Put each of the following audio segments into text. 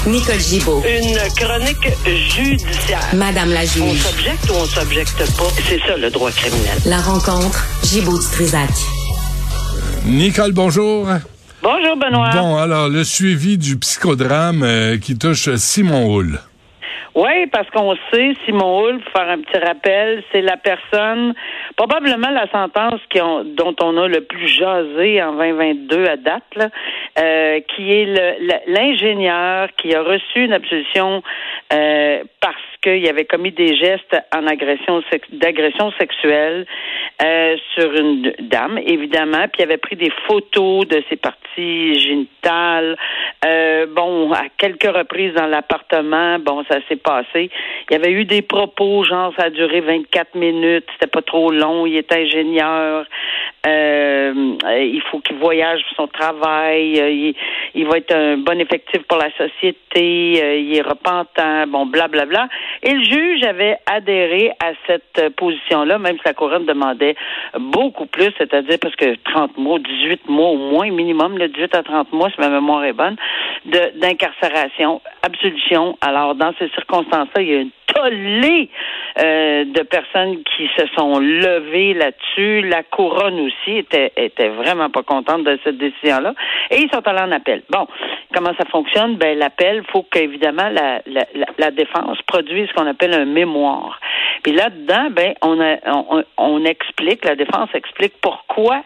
Nicole Gibaud. Une chronique judiciaire. Madame la juge. On s'objecte ou on s'objecte pas. C'est ça, le droit criminel. La rencontre, Gibaud-Strisac. Nicole, bonjour. Bonjour, Benoît. Bon, alors, le suivi du psychodrame qui touche Simon Houle. Oui, parce qu'on sait, Simon Houle, pour faire un petit rappel, c'est la personne, probablement la sentence dont on a le plus jasé en 2022 à date, là, qui est l'ingénieur qui a reçu une absolution parce qu'il avait commis des gestes d'agression sexuelle sur une dame, évidemment, puis il avait pris des photos de ses parties génitales. À quelques reprises dans l'appartement, ça s'est passé. Il y avait eu des propos, genre ça a duré 24 minutes, c'était pas trop long, il est ingénieur, il faut qu'il voyage pour son travail, il va être un bon effectif pour la société, il est repentant, blablabla. Et le juge avait adhéré à cette position-là, même si la couronne demandait beaucoup plus, c'est-à-dire parce que 30 mois, 18 mois au moins, minimum, le 18 à 30 mois, si ma mémoire est bonne, d'incarcération, absolution. Alors, dans ces circonstances-là, il y a une tollée de personnes qui se sont levées là-dessus. La couronne aussi était vraiment pas contente de cette décision-là. Et ils sont allés en appel. Bon, comment ça fonctionne? L'appel, il faut qu'évidemment la défense produise ce qu'on appelle un mémoire. Puis là-dedans, on explique, la défense explique pourquoi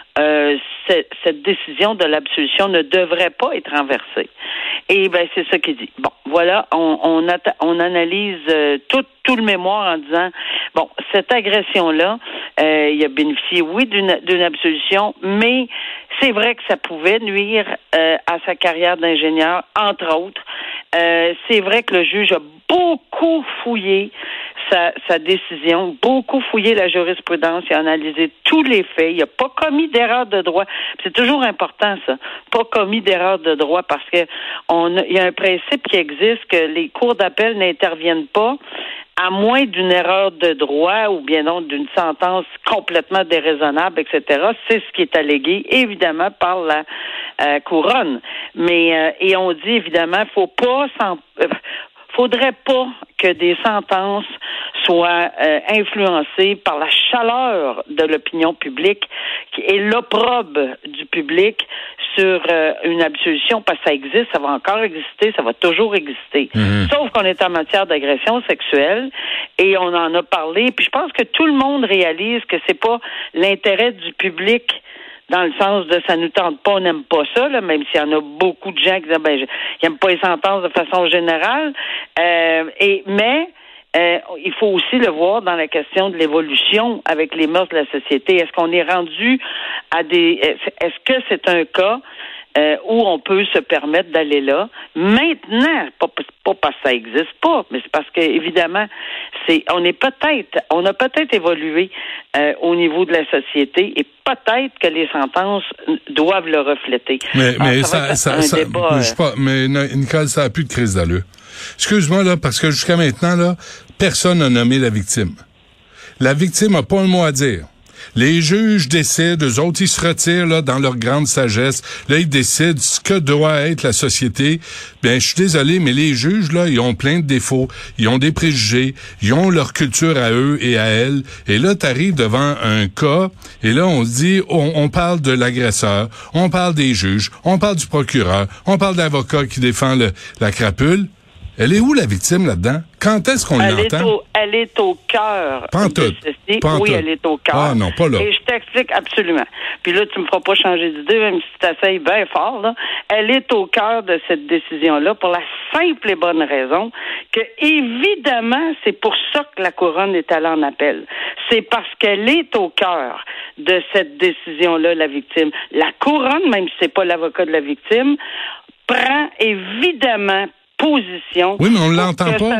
cette décision de l'absolution ne devrait pas être renversée. Et c'est ça qu'il dit. Bon, voilà, on analyse tout le mémoire en disant, cette agression-là, il a bénéficié, oui, d'une absolution, mais c'est vrai que ça pouvait nuire à sa carrière d'ingénieur, entre autres. C'est vrai que le juge a beaucoup fouillé sa décision, beaucoup fouillé la jurisprudence, il a analysé tous les faits, il n'a pas commis d'erreur de droit. C'est toujours important, ça, pas commis d'erreur de droit, parce que il y a un principe qui existe que les cours d'appel n'interviennent pas à moins d'une erreur de droit ou bien non d'une sentence complètement déraisonnable, etc. C'est ce qui est allégué, évidemment, par la couronne. Mais et on dit évidemment, faudrait pas que des sentences soient influencées par la chaleur de l'opinion publique et l'opprobre du public sur une absolution, parce que ça existe, ça va encore exister, ça va toujours exister. Mm-hmm. Sauf qu'on est en matière d'agression sexuelle et on en a parlé, puis je pense que tout le monde réalise que c'est pas l'intérêt du public dans le sens de ça nous tente pas, on n'aime pas ça, là, même s'il y en a beaucoup de gens qui disent ils n'aiment pas les sentences de façon générale. Mais il faut aussi le voir dans la question de l'évolution avec les mœurs de la société. Est-ce qu'on est rendu à est-ce que c'est un cas où on peut se permettre d'aller là? Maintenant, pas parce que ça n'existe pas, mais c'est parce que évidemment, on a peut-être évolué au niveau de la société et peut-être que les sentences doivent le refléter. Mais Nicole, ça n'a plus de crise d'allure. Excuse-moi là, parce que jusqu'à maintenant là, personne n'a nommé la victime. La victime n'a pas un mot à dire. Les juges décident, eux autres, ils se retirent là dans leur grande sagesse. Là, ils décident ce que doit être la société. Je suis désolé, mais les juges, là, ils ont plein de défauts. Ils ont des préjugés. Ils ont leur culture à eux et à elles. Et là, t'arrives devant un cas, et là, on se dit, on parle de l'agresseur, on parle des juges, on parle du procureur, on parle de l'avocat qui défend la crapule. Elle est où, la victime, là-dedans? Quand est-ce qu'on l'entend? Elle est au cœur de ceci. Oui, elle est au cœur. Ah non, pas là. Et je t'explique absolument. Puis là, tu me feras pas changer d'idée, même si tu t'essayes bien fort, là. Elle est au cœur de cette décision-là pour la simple et bonne raison que, évidemment, c'est pour ça que la couronne est allée en appel. C'est parce qu'elle est au cœur de cette décision-là, la victime. La couronne, même si c'est pas l'avocat de la victime, prend évidemment position. Oui, mais on l'entend pas.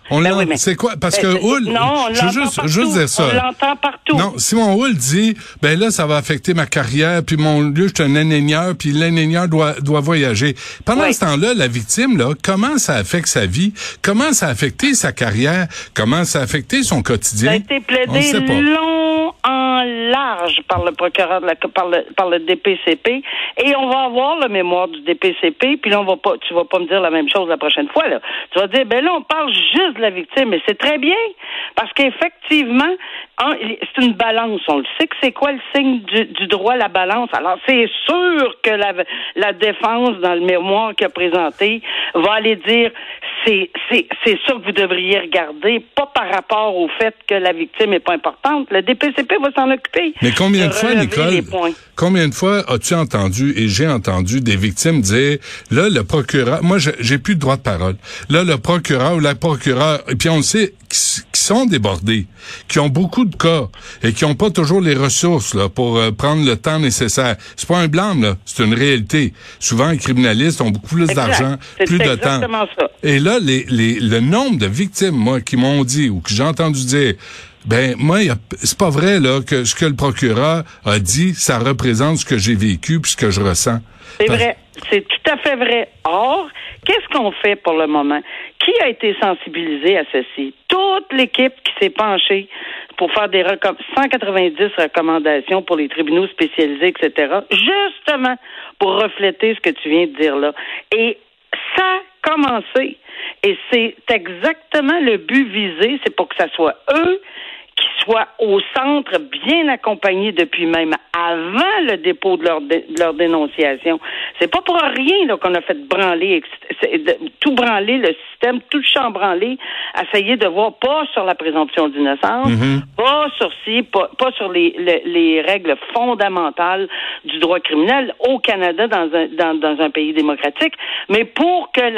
C'est quoi? Parce que Hull, je veux juste dire ça. On l'entend partout. Non, Simon Hull dit, ben là, ça va affecter ma carrière, puis je suis un ingénieur, puis l'ingénieur doit voyager. Pendant ce temps-là, la victime, là, comment ça affecte sa vie? Comment ça a affecté sa carrière? Comment ça a affecté son quotidien? Ça a été plaidé long en large par le procureur par le DPCP, et on va avoir le mémoire du DPCP, puis là, tu vas pas me dire la même chose la prochaine fois, là. Tu vas dire, ben là, on parle juste de la victime, mais c'est très bien, parce qu'effectivement, c'est une balance. On le sait que c'est quoi le signe du droit, la balance. Alors, c'est sûr que la défense, dans le mémoire qu'il a présenté, va aller dire, c'est sûr que vous devriez regarder, pas par rapport au fait que la victime est pas importante. Le DPCP va s'en occuper. Mais combien de fois, Nicole, combien de fois as-tu entendu, et j'ai entendu des victimes dire, là, le procureur, moi, j'ai plus de droit de parole. Là, le procureur ou la procureure, et puis on le sait, qui sont débordés, qui ont beaucoup de cas et qui ont pas toujours les ressources là pour prendre le temps nécessaire. C'est pas un blâme là, c'est une réalité. Souvent les criminalistes ont beaucoup plus d'argent, plus de temps. Ça. Et là le nombre de victimes moi qui m'ont dit ou que j'ai entendu dire ben moi c'est pas vrai là que ce que le procureur a dit, ça représente ce que j'ai vécu puis ce que je ressens. C'est vrai, c'est tout à fait vrai. Or, qu'est-ce qu'on fait pour le moment? Qui a été sensibilisé à ceci? Toute l'équipe qui s'est penchée pour faire des 190 recommandations pour les tribunaux spécialisés, etc., justement pour refléter ce que tu viens de dire là. Et ça a commencé. Et c'est exactement le but visé, c'est pour que ça soit eux qui soient au centre, bien accompagnés depuis même avant le dépôt de leur dénonciation. C'est pas pour rien là, qu'on a fait tout branler le système, tout chambranler, essayer de voir pas sur la présomption d'innocence, pas sur les règles fondamentales du droit criminel au Canada dans un pays démocratique, mais pour que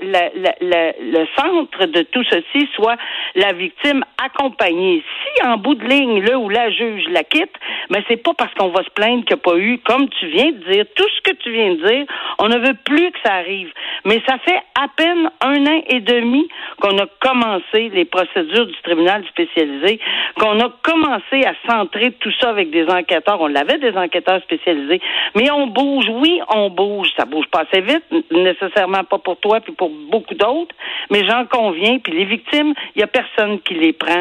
le centre de tout ceci soit la victime accompagnée. Si en bout de ligne, là où la juge la quitte, mais c'est pas parce qu'on va se plaindre qu'il n'y a pas eu, comme tu viens de dire, tout ce que tu viens de dire, on ne veut plus que ça arrive. Mais ça fait à peine 1 an et demi qu'on a commencé les procédures du tribunal spécialisé, qu'on a commencé à centrer tout ça avec des enquêteurs. On l'avait des enquêteurs spécialisés, mais on bouge, oui, on bouge. Ça bouge pas assez vite, nécessairement pas pour toi puis pour beaucoup d'autres, mais j'en conviens. Puis les victimes, il y a personne qui les prend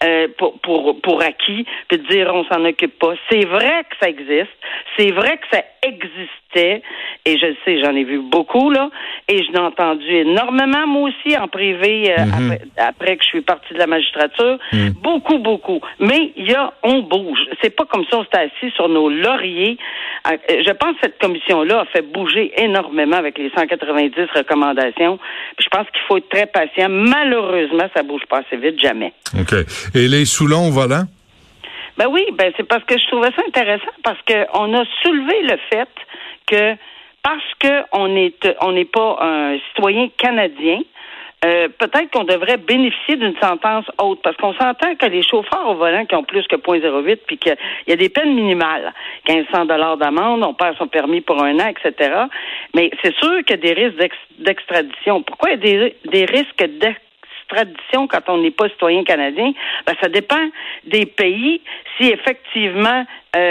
pour acquis, puis de dire on s'en occupe pas. C'est vrai que ça existe, c'est vrai que ça existait, et je le sais, j'en ai vu beaucoup, là, et je l'ai entendu énormément, moi aussi, en privé, après que je suis partie de la magistrature. Beaucoup. Mais on bouge. C'est pas comme ça, on s'est assis sur nos lauriers. Je pense que cette commission-là a fait bouger énormément avec les 190 recommandations. Puis je pense qu'il faut être très patient. Malheureusement, ça bouge pas assez vite, jamais. OK. Et les Soulons au volant? Ben oui, c'est parce que je trouvais ça intéressant, parce que on a soulevé le fait que parce que on n'est pas un citoyen canadien, peut-être qu'on devrait bénéficier d'une sentence haute, parce qu'on s'entend que les chauffeurs au volant qui ont plus que 0.08, puis qu'il y a des peines minimales, 1500 $ d'amende, on perd son permis pour 1 an, etc. Mais c'est sûr qu'il y a des risques d'extradition. Pourquoi il y a des risques d'extradition quand on n'est pas citoyen canadien? Ben, ça dépend des pays, si effectivement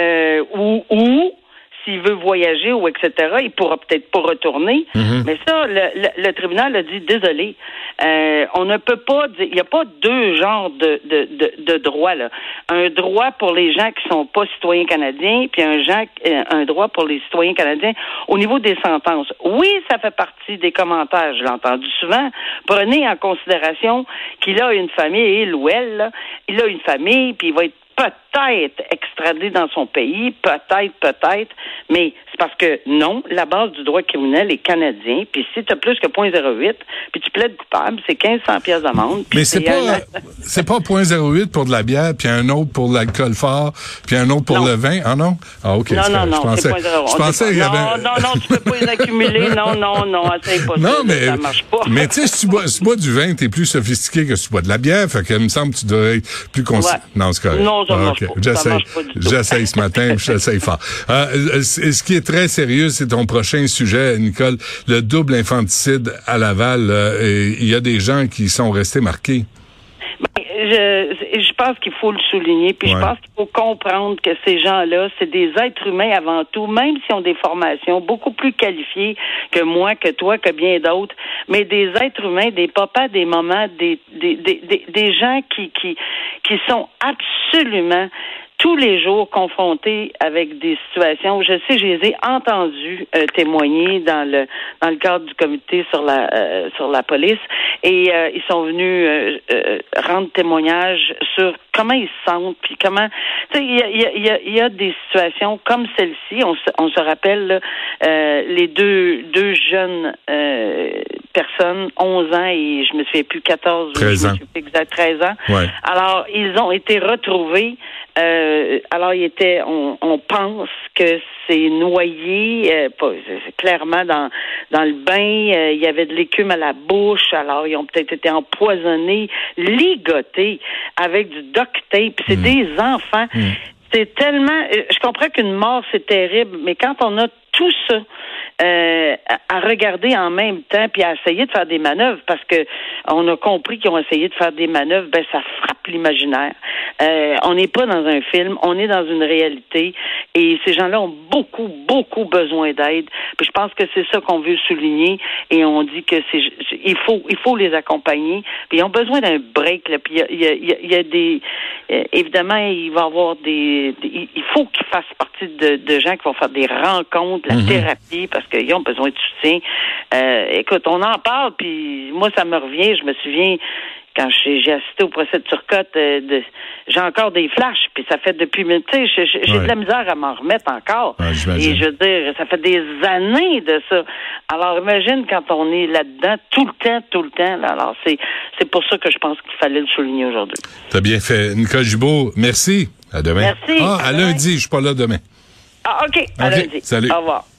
ou s'il veut voyager ou etc., il pourra peut-être pas retourner. Mais ça, le tribunal a dit désolé. On ne peut pas dire, il n'y a pas 2 genres de droits là. Un droit pour les gens qui sont pas citoyens canadiens, puis un droit pour les citoyens canadiens au niveau des sentences. Oui, ça fait partie des commentaires, je l'ai entendu souvent. Prenez en considération qu'il a une famille, il ou elle, là, il a une famille, puis il va être peut-être extradé dans son pays, peut-être, mais c'est parce que non, la base du droit criminel est canadien, puis si tu as plus que 0.08, puis tu plaides coupable, c'est 1500 pièces d'amende. Mais c'est pas 0.08 pour de la bière, puis un autre pour l'alcool fort, puis un autre pour le vin, ah non? Ah OK. Non, je pensais qu'il y avait... Non, tu peux pas les accumuler, non, essaye pas ça marche pas. Mais tu sais, si tu bois du vin, t'es plus sophistiqué que si tu bois de la bière, fait que il me semble que tu dois être plus conscient. Ouais. Non, c'est correct. Non, Non, ça marche pas. J'essaye ce matin, j'essaye fort. Ce qui est très sérieux, c'est ton prochain sujet, Nicole, le double infanticide à Laval. Il y a des gens qui sont restés marqués. Je pense qu'il faut le souligner, puis je pense qu'il faut comprendre que ces gens-là, c'est des êtres humains avant tout, même s'ils ont des formations beaucoup plus qualifiées que moi, que toi, que bien d'autres, mais des êtres humains, des papas, des mamans, des gens qui sont absolument tous les jours confrontés avec des situations. Je sais, je les ai entendus témoigner dans le cadre du comité sur la police, et ils sont venus rendre témoignage sur comment ils se sentent, puis comment, tu sais, il y a des situations comme celle-ci. On se rappelle là, les deux jeunes personnes, 11 ans et je me souviens plus 14 13 ans. 13 ans. Ouais. Alors ils ont été retrouvés. Alors il était, on pense que c'est noyé, c'est clairement dans le bain. Il y avait de l'écume à la bouche. Alors ils ont peut-être été empoisonnés, ligotés avec du duct tape. C'est des enfants. C'est tellement. Je comprends qu'une mort c'est terrible, mais quand on a tout ça à regarder en même temps puis à essayer de faire des manœuvres, parce que on a compris qu'ils ont essayé de faire des manœuvres, ben ça frappe l'imaginaire. On n'est pas dans un film, on est dans une réalité, et ces gens-là ont beaucoup besoin d'aide. Puis je pense que c'est ça qu'on veut souligner, et on dit que il faut les accompagner. Puis ils ont besoin d'un break là. Puis il y a des évidemment il va y avoir il faut qu'ils fassent partie de gens qui vont faire des rencontres, la thérapie, parce qu'ils ont besoin de soutien. Écoute, on en parle, puis moi ça me revient. Je me souviens quand j'ai assisté au procès de Turcotte, j'ai encore des flashs, puis ça fait depuis, tu sais, j'ai de la misère à m'en remettre encore. Ouais, et je veux dire, ça fait des années de ça. Alors imagine quand on est là-dedans tout le temps. Là. Alors c'est pour ça que je pense qu'il fallait le souligner aujourd'hui. T'as bien fait. Nicole Gibault, merci. À demain. Merci. À lundi, je suis pas là demain. OK. À lundi. Salut. Au revoir.